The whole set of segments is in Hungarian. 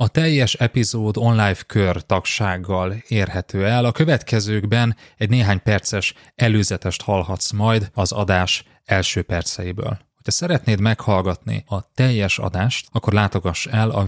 A teljes epizód online kör tagsággal érhető el. A következőkben egy néhány perces előzetest hallhatsz majd az adás első perceiből. Ha szeretnéd meghallgatni a teljes adást, akkor látogass el a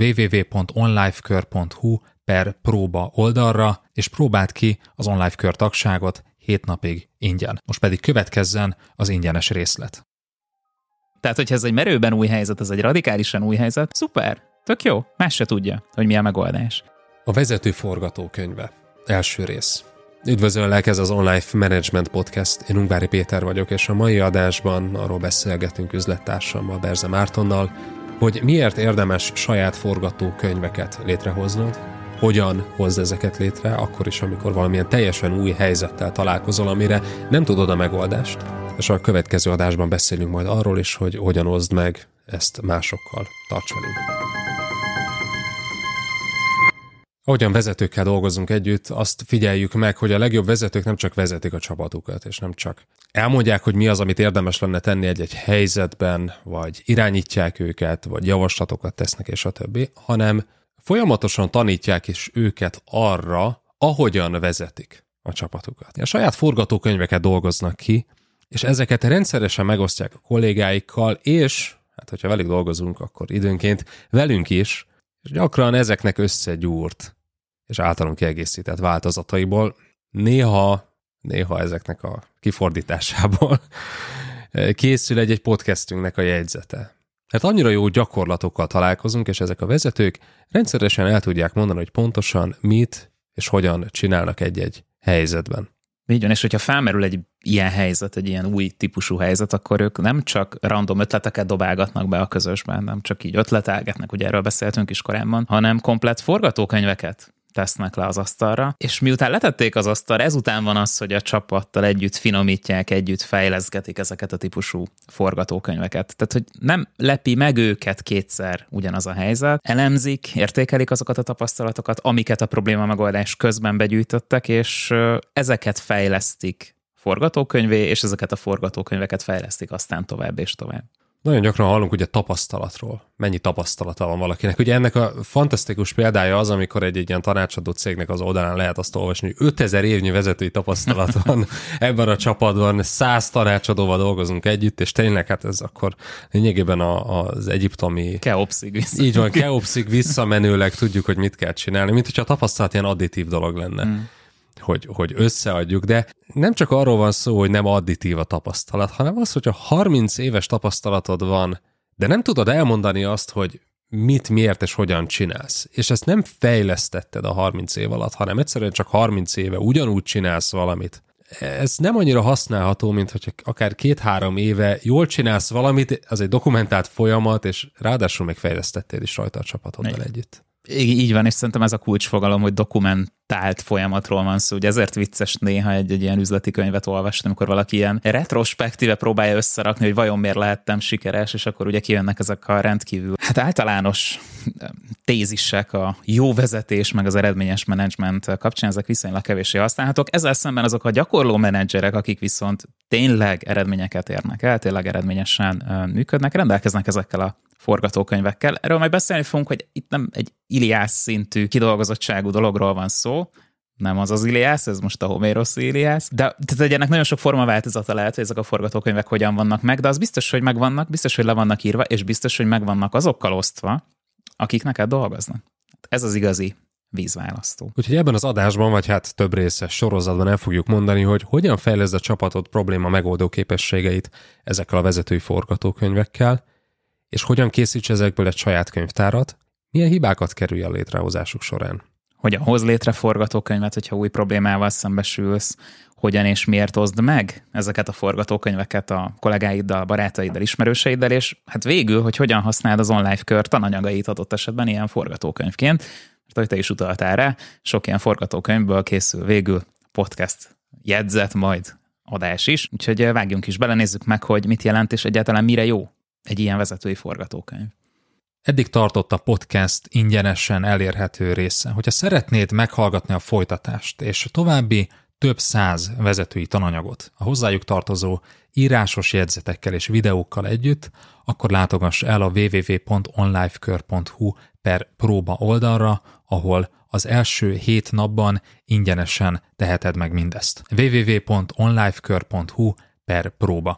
www.onlifekör.hu/próba oldalra, és próbáld ki az online kör tagságot 7 napig ingyen. Most pedig következzen az ingyenes részlet. Tehát, hogyha ez egy merőben új helyzet, ez egy radikálisan új helyzet, szuper, tök jó, más se tudja, hogy mi a megoldás. A vezető forgatókönyve. Első rész. Üdvözöllek, ez az Online Management Podcast. Én Ungvári Péter vagyok, és a mai adásban arról beszélgetünk üzlettársammal, Berze Mártonnal, hogy miért érdemes saját forgatókönyveket létrehoznod, hogyan hozd ezeket létre, akkor is, amikor valamilyen teljesen új helyzettel találkozol, amire nem tudod a megoldást. És a következő adásban beszélünk majd arról is, hogy hogyan oszd meg ezt másokkal. Tarts velünk! Ahogyan vezetőkkel dolgozunk együtt, azt figyeljük meg, hogy a legjobb vezetők nem csak vezetik a csapatukat, és nem csak elmondják, hogy mi az, amit érdemes lenne tenni egy-egy helyzetben, vagy irányítják őket, vagy javaslatokat tesznek, és a többi, hanem folyamatosan tanítják is őket arra, ahogyan vezetik a csapatukat. A saját forgatókönyveket dolgoznak ki, és ezeket rendszeresen megosztják a kollégáikkal, és, hát hogyha velük dolgozunk, akkor időnként velünk is, és gyakran ezeknek összegyúrt és általunk kiegészített változataiból, néha ezeknek a kifordításából készül egy podcastünknek a jegyzete. Hát annyira jó gyakorlatokkal találkozunk, és ezek a vezetők rendszeresen el tudják mondani, hogy pontosan mit és hogyan csinálnak egy-egy helyzetben. Így van, és hogyha felmerül egy ilyen helyzet, egy ilyen új típusú helyzet, akkor ők nem csak random ötleteket dobálgatnak be a közösben, nem csak így ötletelgetnek, ugye erről beszéltünk is korábban, hanem komplett forgatókönyveket tesznek le az asztalra, és miután letették az asztalra, ezután van az, hogy a csapattal együtt finomítják, együtt fejleszgetik ezeket a típusú forgatókönyveket. Tehát, hogy nem lepi meg őket kétszer ugyanaz a helyzet, elemzik, értékelik azokat a tapasztalatokat, amiket a probléma megoldás közben begyűjtöttek, és ezeket fejlesztik forgatókönyvé, és ezeket a forgatókönyveket fejlesztik aztán tovább és tovább. Nagyon gyakran hallunk ugye tapasztalatról. Mennyi tapasztalata van valakinek. Ugye ennek a fantasztikus példája az, amikor egy ilyen tanácsadó cégnek az oldalán lehet azt olvasni, hogy 5000 évnyi vezetői tapasztalat van ebben a csapatban, 100 tanácsadóval dolgozunk együtt, és tényleg hát ez akkor lényegében az egyiptomi... Keopszig vissza. Így van, keopszig visszamenőleg tudjuk, hogy mit kell csinálni, mint hogyha a tapasztalat ilyen additív dolog lenne. Hogy összeadjuk, de nem csak arról van szó, hogy nem additív a tapasztalat, hanem az, hogyha 30 éves tapasztalatod van, de nem tudod elmondani azt, hogy mit, miért és hogyan csinálsz. És ezt nem fejlesztetted a 30 év alatt, hanem egyszerűen csak 30 éve ugyanúgy csinálsz valamit. Ez nem annyira használható, mint hogy akár 2-3 éve jól csinálsz valamit, az egy dokumentált folyamat, és ráadásul még fejlesztettél is rajta a csapatoddal együtt. Így van, és szerintem ez a kulcsfogalom, hogy dokumentált folyamatról van szó. Ugye ezért vicces néha egy ilyen üzleti könyvet olvasni, amikor valaki ilyen retrospektíve próbálja összerakni, hogy vajon miért lehettem sikeres, és akkor ugye kijönnek ezek a rendkívül általános tézisek a jó vezetés, meg az eredményes menedzsment kapcsán, ezek viszonylag kevéssé használhatók. Ezzel szemben azok a gyakorló menedzserek, akik viszont tényleg eredményeket érnek el, tényleg eredményesen működnek, rendelkeznek ezekkel a forgatókönyvekkel. Erről majd beszélni fogunk, hogy itt nem egy Iliász szintű kidolgozottságú dologról van szó, nem az Iliász, ez most a Homéroszi Iliász, de tehát ennek nagyon sok formaváltozata lehet, hogy ezek a forgatókönyvek hogyan vannak meg, de az biztos, hogy megvannak, biztos, hogy le vannak írva, és biztos, hogy megvannak azokkal osztva, akik neked dolgoznak. Ez az igazi vízválasztó. Úgyhogy ebben az adásban, vagy hát több részes sorozatban el fogjuk mondani, hogy hogyan fejleszd a csapatod probléma megoldó képességeit ezekkel a vezetői forgatókönyvekkel, és hogyan készíts ezekből egy saját könyvtárat, milyen hibákat kerülj a létrehozásuk során. Hogyan hoz létre forgatókönyvet, hogyha új problémával szembesülsz, hogyan és miért oszd meg ezeket a forgatókönyveket a kollégáiddal, barátaiddal, ismerőseiddel, és hát végül, hogy hogyan használd az online kör tananyagait adott esetben ilyen forgatókönyvként. Mert ahogy te is utaltál rá, sok ilyen forgatókönyvből készül végül podcast jegyzet, majd adás is. Úgyhogy vágjunk is bele, nézzük meg, hogy mit jelent, és egyáltalán mire jó egy ilyen vezetői forgatókönyv. Eddig tartott a podcast ingyenesen elérhető része. Hogyha szeretnéd meghallgatni a folytatást és további több 100 vezetői tananyagot a hozzájuk tartozó írásos jegyzetekkel és videókkal együtt, akkor látogass el a www.onlifekör.hu/próba oldalra, ahol az első 7 napban ingyenesen teheted meg mindezt. www.onlifekör.hu/próba.